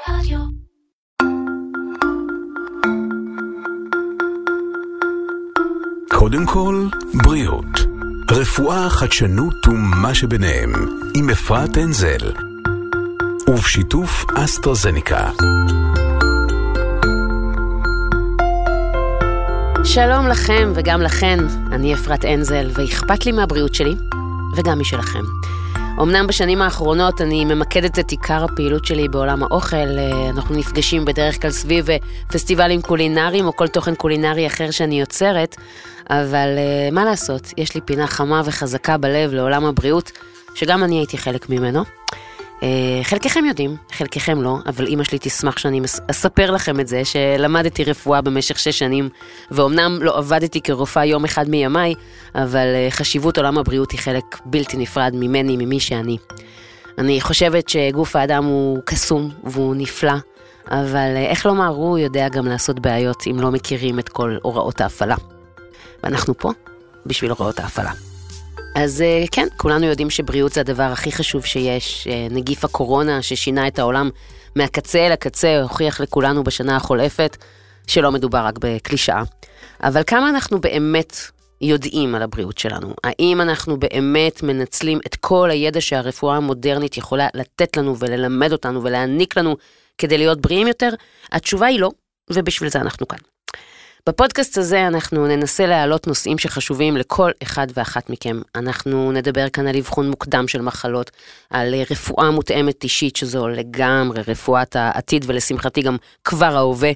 רדיו. קודם כל, בריאות. רפואה, חדשנות ומה שביניהם. עם אפרת אנזל. ובשיתוף אסטרזניקה. שלום לכם וגם לכן, אני אפרת אנזל, ואכפת לי מהבריאות שלי וגם משלכם. אמנם בשנים האחרונות אני ממקדת את עיקר הפעילות שלי בעולם האוכל, אנחנו נפגשים בדרך כלל סביב פסטיבלים קולינריים או כל תוכן קולינרי אחר שאני יוצרת, אבל מה לעשות, יש לי פינה חמה וחזקה בלב לעולם הבריאות, שגם אני הייתי חלק ממנו. חלקכם יודעים, חלקכם לא, אבל אמא שלי תשמח שאני אספר לכם את זה, שלמדתי רפואה במשך 6 שנים, ואומנם לא עבדתי כרופאה יום אחד מימיי, אבל חשיבות עולם הבריאות היא חלק בלתי נפרד ממני, ממי שאני. אני חושבת שגוף האדם הוא קסום והוא נפלא, אבל איך לומר, הוא יודע גם לעשות בעיות אם לא מכירים את כל הוראות ההפעלה. ואנחנו פה בשביל הוראות ההפעלה. אז כן, כולנו יודעים שבריאות זה הדבר הכי חשוב שיש. נגיף הקורונה ששינה את העולם מהקצה אל הקצה, הוכיח לכולנו בשנה החולפת שלא מדובר רק בקלישאה. אבל כמה אנחנו באמת יודעים על הבריאות שלנו? האם אנחנו באמת מנצלים את כל הידע שהרפואה המודרנית יכולה לתת לנו וללמד אותנו ולהעניק לנו כדי להיות בריאים יותר? התשובה היא לא, ובשביל זה אנחנו כאן. בפודקאסט הזה אנחנו ננסה להעלות נושאים שחשובים לכל אחד ואחת מכם. אנחנו נדבר כאן על אבחון מוקדם של מחלות, על רפואה מותאמת אישית, שזו לגמרי רפואת העתיד ולשמחתי גם כבר ההווה.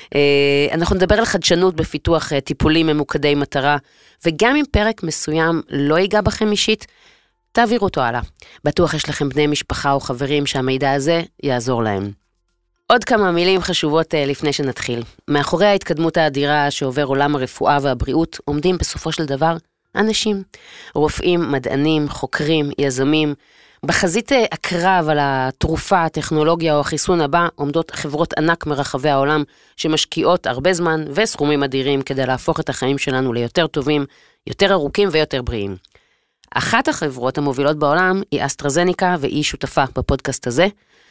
אנחנו נדבר על חדשנות בפיתוח טיפולים ממוקדי מטרה, וגם אם פרק מסוים לא ייגע בכם אישית, תעבירו אותו הלאה. בטוח יש לכם בני משפחה או חברים שהמידע הזה יעזור להם. עוד כמה מילים חשובות לפני שנתחיל. מאחורי ההתקדמות האדירה שעובר עולם הרפואה והבריאות, עומדים בסופו של דבר אנשים, רופאים, מדענים, חוקרים, יזמים. בחזית הקרב על התרופה, הטכנולוגיה או החיסון הבא, עומדות חברות ענק מרחבי העולם, שמשקיעות הרבה זמן וסכומים אדירים כדי להפוך את החיים שלנו ליותר טובים, יותר ארוכים ויותר בריאים. אחת החברות המובילות בעולם היא אסטרזניקה, והיא שותפה בפודקאסט הזה,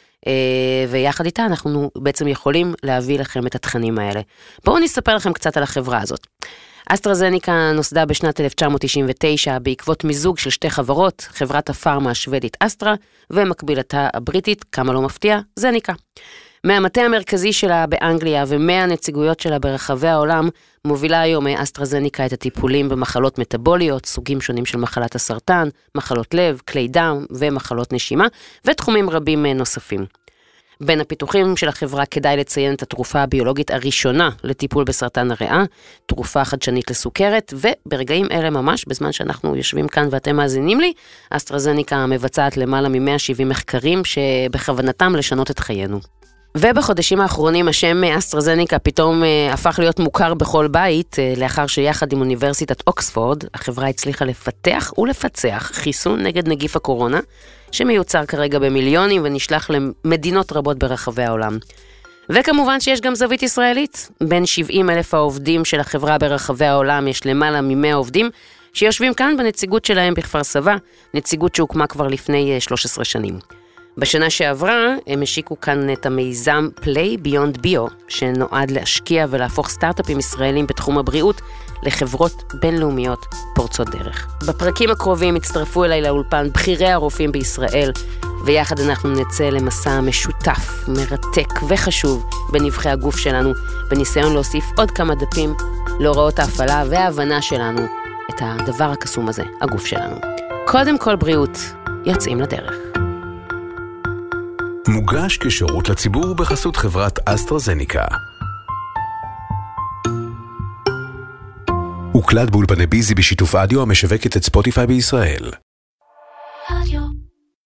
ויחד איתה אנחנו בעצם יכולים להביא לכם את התכנים האלה. בואו נספר לכם קצת על החברה הזאת. אסטרזניקה נוסדה בשנת 1999 בעקבות מיזוג של 2 חברות, חברת הפארמה השוודית אסטרה ומקבילתה הבריטית, כמה לא מפתיע, זניקה. מהמטה המרכזי שלה באנגליה ו100 שלה ברחבי העולם, מובילה היום אסטרזניקה את הטיפולים במחלות מטאבוליות, סוגים שונים של מחלת הסרטן, מחלות לב, כלי דם ומחלות נשימה, ותחומים רבים נוספים. בין הפיתוחים של החברה כדאי לציין את התרופה הביולוגית הראשונה לטיפול בסרטן הריאה, תרופה חדשנית לסוכרת, וברגעים אלה ממש, בזמן שאנחנו יושבים כאן ואתם מאזינים לי, אסטרזניקה מבצעת למעלה מ170 מחקרים שבכוונתם לשנות את חיינו. ובחודשים האחרונים השם אסטרזניקה פתאום הפך להיות מוכר בכל בית, לאחר שיחד עם אוניברסיטת אוקספורד, החברה הצליחה לפתח ולפצח חיסון נגד נגיף הקורונה, שמיוצר כרגע במיליונים ונשלח למדינות רבות ברחבי העולם. וכמובן שיש גם זווית ישראלית. בין 70,000 העובדים של החברה ברחבי העולם יש למעלה מ100 עובדים, שיושבים כאן בנציגות שלהם בכפר סבא, נציגות שהוקמה כבר לפני 13 שנים. בשנה שעברה הם השיקו כאן את המיזם Play Beyond Bio, שנועד להשקיע ולהפוך סטארט-אפים ישראלים בתחום הבריאות לחברות בינלאומיות פורצות דרך. בפרקים הקרובים הצטרפו אליי לאולפן בחירי הרופאים בישראל, ויחד אנחנו נצא למסע משותף, מרתק וחשוב בנבחי הגוף שלנו, בניסיון להוסיף עוד כמה דפים להוראות ההפעלה וההבנה שלנו את הדבר הקסום הזה, הגוף שלנו. קודם כל בריאות, יוצאים לדרך. מוגש כשירות לציבור בחסות חברת אסטרזניקה. הוקלט באולפני ביזי בשיתוף אדיו המשווקת את ספוטיפיי בישראל.